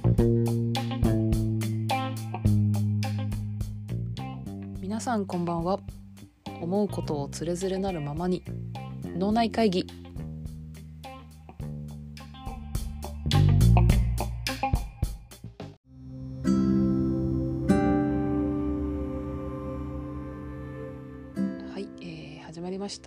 皆さんこんばんは。思うことをつれづれなるままに脳内会議。はい、始まりました。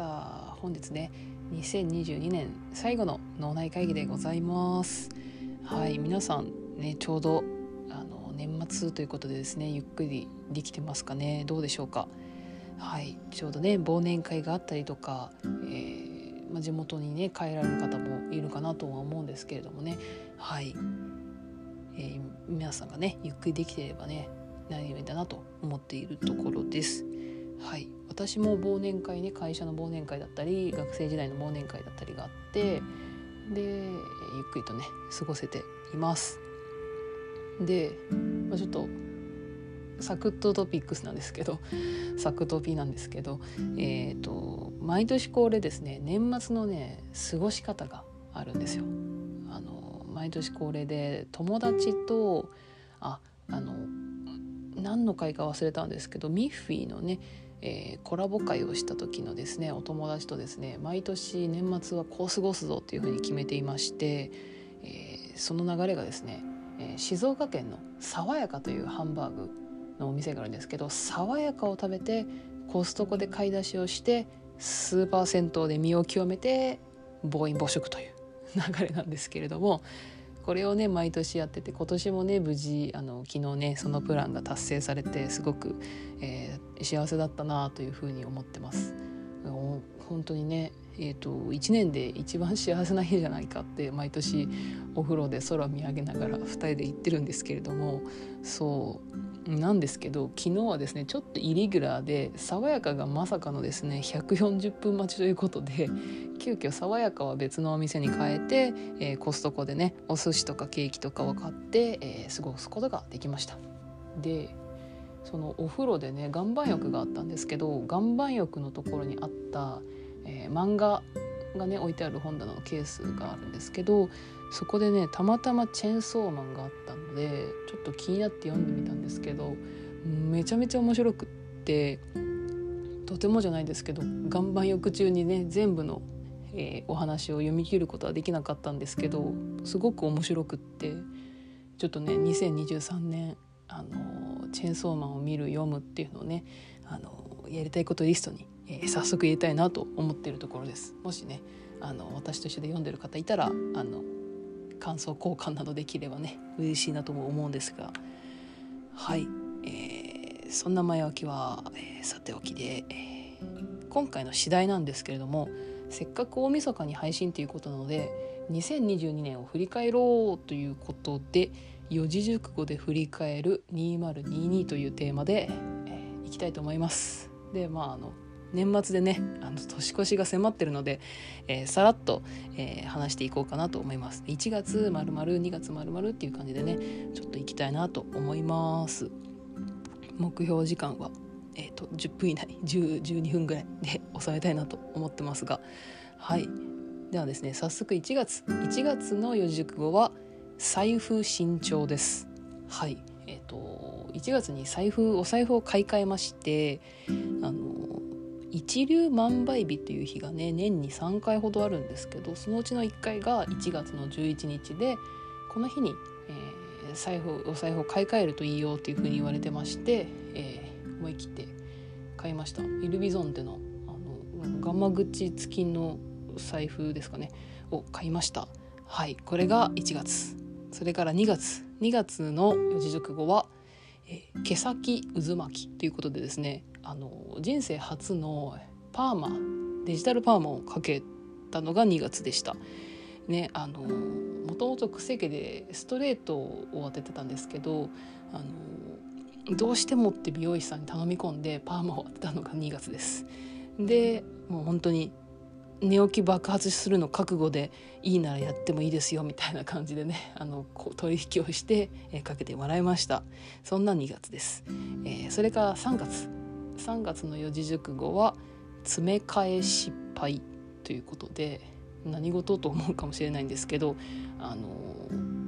本日ね2022年最後の脳内会議でございます。はい、皆さんねちょうど年末ということでですね、ゆっくりできてますかね。どうでしょうか。はい、ちょうどね忘年会があったりとか、地元にね帰られる方もいるかなとは思うんですけれどもね。はい、皆さんがねゆっくりできていればね何よりだなと思っているところです。はい、私も忘年会ね、会社の忘年会だったり学生時代の忘年会だったりがあって、でゆっくりとね過ごせています。で、ちょっとサクッとトピックスなんですけどサクトピなんですけど、毎年恒例ですね、年末のね過ごし方があるんですよ。毎年恒例で友達と何の会か忘れたんですけど、ミッフィーのね、コラボ会をした時のですねお友達とですね、毎年年末はこう過ごすぞっていうふうに決めていまして、その流れがですね、静岡県の爽やかというハンバーグのお店があるんですけど、爽やかを食べてコストコで買い出しをしてスーパー銭湯で身を清めて暴飲暴食という流れなんですけれども、これをね毎年やってて、今年もね無事昨日ねそのプランが達成されてすごく、幸せだったなというふうに思ってます。本当にね、1年で一番幸せな日じゃないかって毎年お風呂で空を見上げながら2人で言ってるんですけれども、そうなんですけど、昨日はですねちょっとイレギュラーで爽やかがまさかのですね140分待ちということで、急遽爽やかは別のお店に変えて、コストコでねお寿司とかケーキとかを買って、過ごすことができました。でそのお風呂でね岩盤浴があったんですけど、岩盤浴のところにあった、漫画がね置いてある本棚のケースがあるんですけど、そこでねたまたまチェンソーマンがあったのでちょっと気になって読んでみたんですけど、めちゃめちゃ面白くって、とてもじゃないですけど岩盤浴中にね全部の、お話を読み切ることはできなかったんですけど、すごく面白くって、ちょっとね2023年チェンソーマンを見る読むっていうのをねやりたいことリストに、早速入れたいなと思っているところです。もしね私と一緒で読んでる方いたら感想交換などできればね嬉しいなとも思うんですが、はい、そんな前置きは、さておきで、今回の次第なんですけれども、せっかく大晦日に配信ということなので2022年を振り返ろうということで、四字熟語で振り返る2022というテーマで、いきたいと思います。で年末でね年越しが迫ってるので、さらっと、話していこうかなと思います。1月〇〇2月〇〇っていう感じでねちょっといきたいなと思います。目標時間は、10分以内12分ぐらいで収めたいなと思ってますが、はい、ではですね早速1月の四字熟語は財布新調です。はい、1月にお財布を買い替えまして、一粒万倍日という日がね年に3回ほどあるんですけど、そのうちの1回が1月の11日で、この日に、お財布を買い替えるといいよというふうに言われてまして、思い切って買いました。イルビゾンテのガンマ口付きの財布ですかねを買いました。はい、これが1月。それから2月の四字熟語は、毛先渦巻きということでですね、人生初のデジタルパーマをかけたのが2月でしたね。もともと癖毛でストレートを当ててたんですけど、どうしてもって美容師さんに頼み込んでパーマを当てたのが2月です。でもう本当に寝起き爆発するの覚悟で、いいならやってもいいですよみたいな感じでね取引をして、かけてもらいました。そんな2月です。それから3月の四字熟語は詰め替え失敗ということで、何事と思うかもしれないんですけど、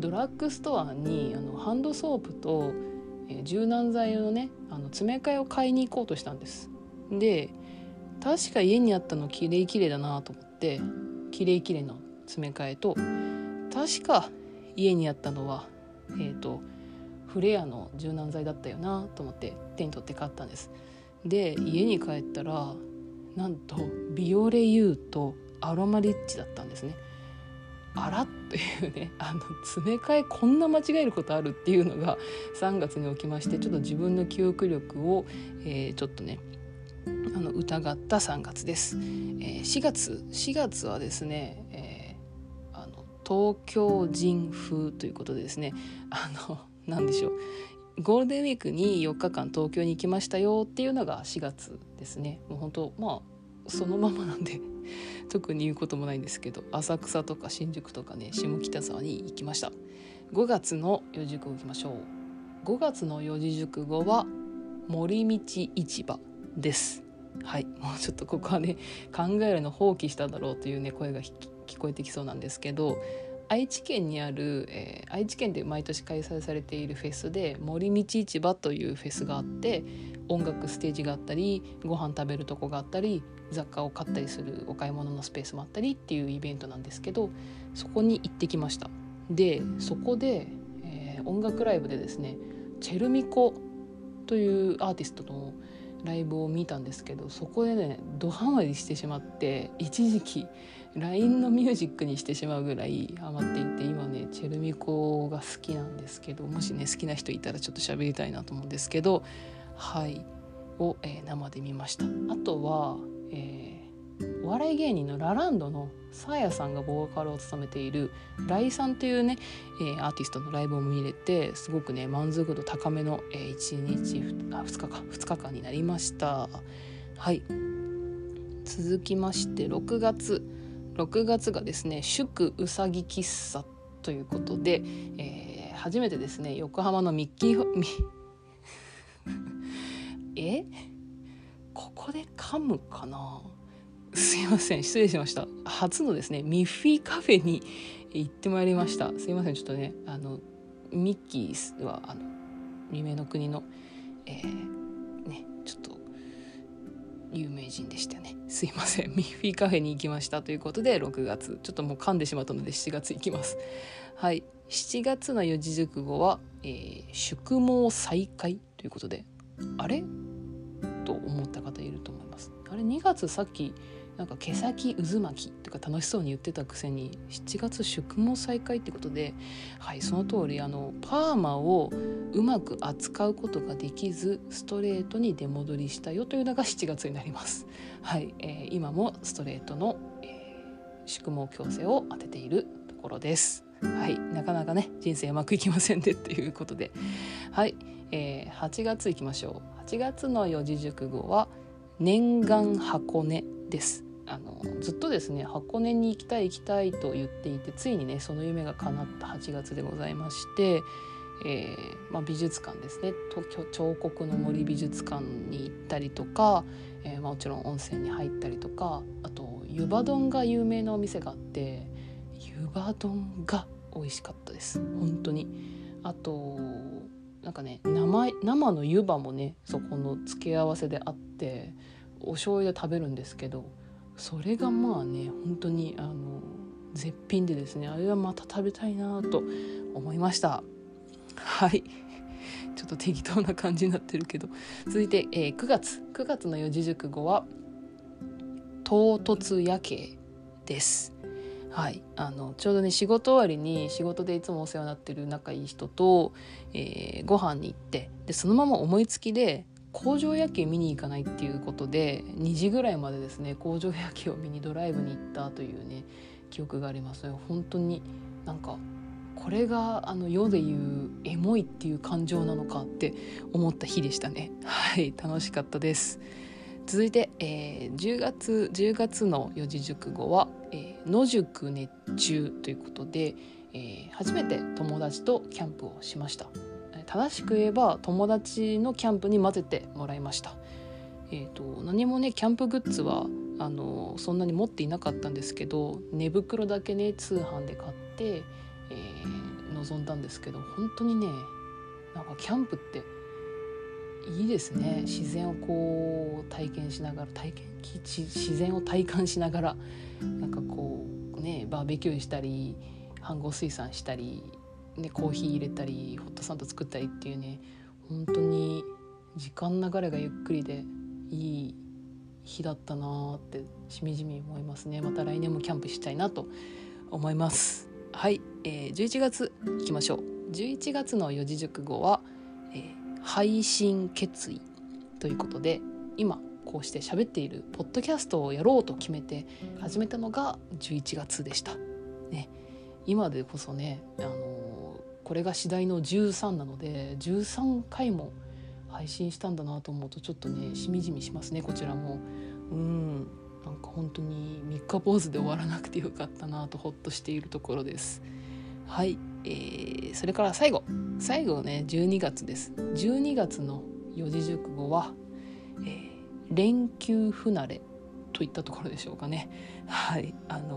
ドラッグストアにハンドソープと、柔軟剤のね詰め替えを買いに行こうとしたんです。で確か家にあったのきれいだなと思ってきれいの詰め替えと、確か家にあったのはフレアの柔軟剤だったよなと思って手に取って買ったんです。で家に帰ったらなんとビオレ U とアロマリッチだったんですね。あらというね詰め替えこんな間違えることあるっていうのが3月に起きまして、ちょっと自分の記憶力を、ちょっとね疑った3月です。4月はですね、東京人風ということでですね、なんでしょう、ゴールデンウィークに4日間東京に行きましたよっていうのが4月ですね。もう本当そのままなんで特に言うこともないんですけど、浅草とか新宿とかね下北沢に行きました。5月の四字熟語いきましょう。5月の四字熟語は森道市場です。はい、もうちょっとここはね考えるの放棄しただろうというね声が聞こえてきそうなんですけど、愛知県にある、愛知県で毎年開催されているフェスで森道市場というフェスがあって、音楽ステージがあったりご飯食べるとこがあったり雑貨を買ったりするお買い物のスペースもあったりっていうイベントなんですけど、そこに行ってきました。でそこで、音楽ライブでですねチェルミコというアーティストのライブを見たんですけど、そこでねドハマりしてしまって、一時期 LINE のミュージックにしてしまうぐらいハマっていて、今ねチェルミコが好きなんですけど、もしね好きな人いたらちょっと喋りたいなと思うんですけど、はいを、生で見ました。あとは、お笑い芸人のラランドのサーヤさんがボーカルを務めているライさんというね、アーティストのライブを見れて、すごくね満足度高めの、2日間になりました。はい、続きまして6月がですね祝うさぎ喫茶ということで、初めてですね横浜のミッキーここで噛むかな、すいません失礼しました。初のですねミッフィーカフェに行ってまいりました。すいませんちょっとねミッキーは夢の国の、ちょっと有名人でしたね。すいませんミッフィーカフェに行きましたということで6月ちょっともう噛んでしまったので7月行きます。はい、7月の四字熟語は、宿毛再開ということで、あれと思った方いると思います。あれ2月さっきなんか毛先渦巻きとか楽しそうに言ってたくせに7月宿毛再開ってことで、はいその通りパーマをうまく扱うことができずストレートに出戻りしたよというのが7月になります。はい、今もストレートの、宿毛矯正を当てているところです。はい、なかなかね人生うまくいきませんねっていうことで、はい、8月いきましょう。8月の四字熟語は念願箱根です。ずっとですね箱根に行きたいと言っていて、ついにねその夢が叶った8月でございまして、美術館ですね、東京彫刻の森美術館に行ったりとか、もちろん温泉に入ったりとか、あと湯葉丼が有名なお店があって湯葉丼が美味しかったです本当に。あとなんかね生の湯葉もねそこの付け合わせであってお醤油で食べるんですけど、それがまあね本当に絶品でですね、あれはまた食べたいなと思いました。はいちょっと適当な感じになってるけど、続いて、9月の四字熟語は唐突夜景です。はい、ちょうどね仕事終わりに仕事でいつもお世話になってる仲いい人と、ご飯に行って、でそのまま思いつきで工場夜景見に行かないっていうことで2時ぐらいまでですね工場夜景を見にドライブに行ったというね記憶がありますね。本当になんかこれが世でいうエモいっていう感情なのかって思った日でしたね。はい楽しかったです。続いて、10月の四字熟語は、野宿熱中ということで、初めて友達とキャンプをしました。正しく言えば友達のキャンプに混ぜてもらいました。何もねキャンプグッズはそんなに持っていなかったんですけど、寝袋だけね通販で買って、野臨んだんですけど、本当にねなんかキャンプっていいですね。自然をこう体験しながら自然を体感しながらなんかこうねバーベキューしたり飯盒水産したり、ね、コーヒー入れたりホットサンド作ったりっていうね、本当に時間流れがゆっくりでいい日だったなってしみじみ思いますね。また来年もキャンプしたいなと思います。はい、11月いきましょう。11月の四字熟語は、配信決意ということで、今こうして喋っているポッドキャストをやろうと決めて始めたのが11月でした、ね、今でこそね、これが次第の13なので13回も配信したんだなと思うとちょっとねしみじみしますね。こちらもなんか本当に三日坊主で終わらなくてよかったなとほっとしているところです。はい、それから最後ね12月です。12月の四字熟語は、連休不慣れといったところでしょうかね。はい、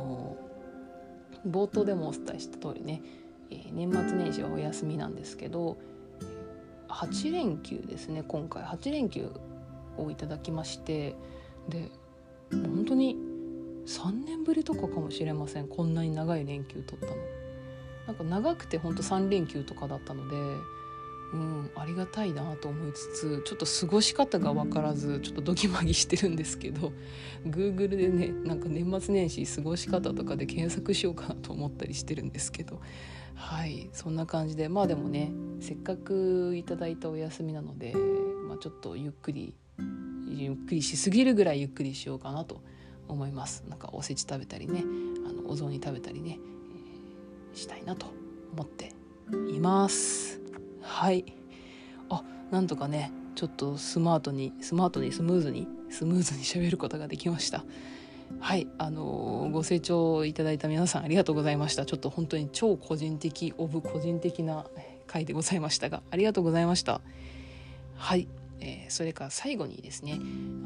冒頭でもお伝えした通りね、年末年始はお休みなんですけど、8連休ですね。今回8連休をいただきまして、で本当に3年ぶりとかかもしれません。こんなに長い連休取ったの。なんか長くて本当3連休とかだったので、ありがたいなと思いつつ、ちょっと過ごし方が分からずちょっとドギマギしてるんですけど、 Google でねなんか年末年始過ごし方とかで検索しようかなと思ったりしてるんですけど、はい、そんな感じで、まあでもねせっかくいただいたお休みなので、ちょっとゆっくりしすぎるぐらいゆっくりしようかなと思います。なんかおせち食べたりね、お雑煮食べたりね、したいなと思っています。はい、なんとかねちょっとスムーズに喋ることができました。はい、ご清聴いただいた皆さんありがとうございました。ちょっと本当に超個人的な回でございましたが、ありがとうございました。はい、それから最後にですね、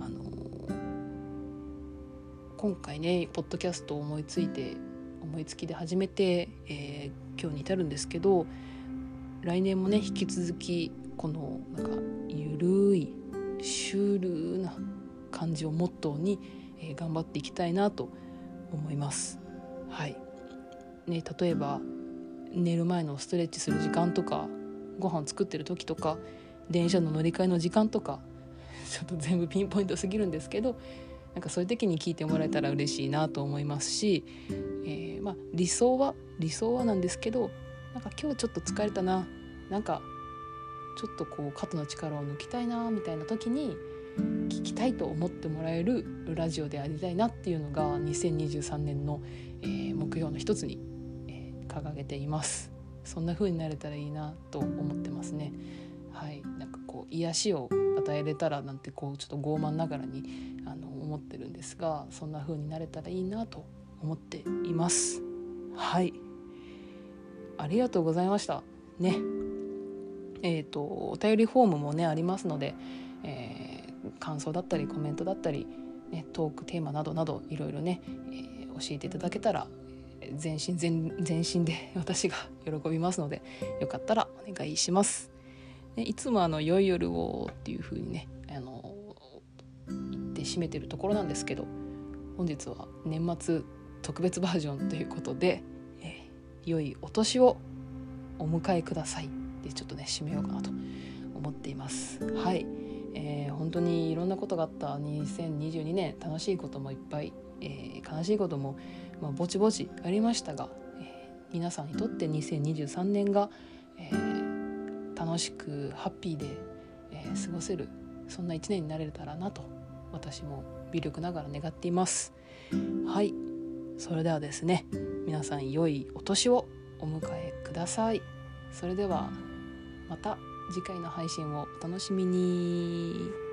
今回ねポッドキャストを思いつきで始めて、今日に至るんですけど、来年もね引き続きこのなんかゆるいシュールな感じをモットーに、頑張っていきたいなと思います。はいね、例えば寝る前のストレッチする時間とか、ご飯作ってる時とか、電車の乗り換えの時間とか、ちょっと全部ピンポイントすぎるんですけど、なんかそういう時に聞いてもらえたら嬉しいなと思いますし、理想はなんですけど、なんか今日ちょっと疲れたな、なんかちょっとこう肩の力を抜きたいなみたいな時に聞きたいと思ってもらえるラジオでありたいなっていうのが2023年の、目標の一つに、掲げています。そんな風になれたらいいなと思ってますね。はい、なんかこう癒しを与えれたらなんてこうちょっと傲慢ながらに思ってるんですが、そんな風になれたらいいなと思っています。はい、ありがとうございましたね。お便りフォームもねありますので、感想だったりコメントだったり、ね、トークテーマなどなどいろいろね、教えていただけたら全身で私が喜びますので、よかったらお願いします。でいつも良い夜をっていう風にね言って締めてるところなんですけど、本日は年末特別バージョンということで、良いお年をお迎えくださいでちょっとね締めようかなと思っています。はい、本当にいろんなことがあった2022年、楽しいこともいっぱい、悲しいことも、ぼちぼちありましたが、皆さんにとって2023年が、楽しくハッピーで、過ごせるそんな一年になれたらなと私も微力ながら願っています。はい、それではですね、皆さん良いお年をお迎えください。それではまた次回の配信をお楽しみに。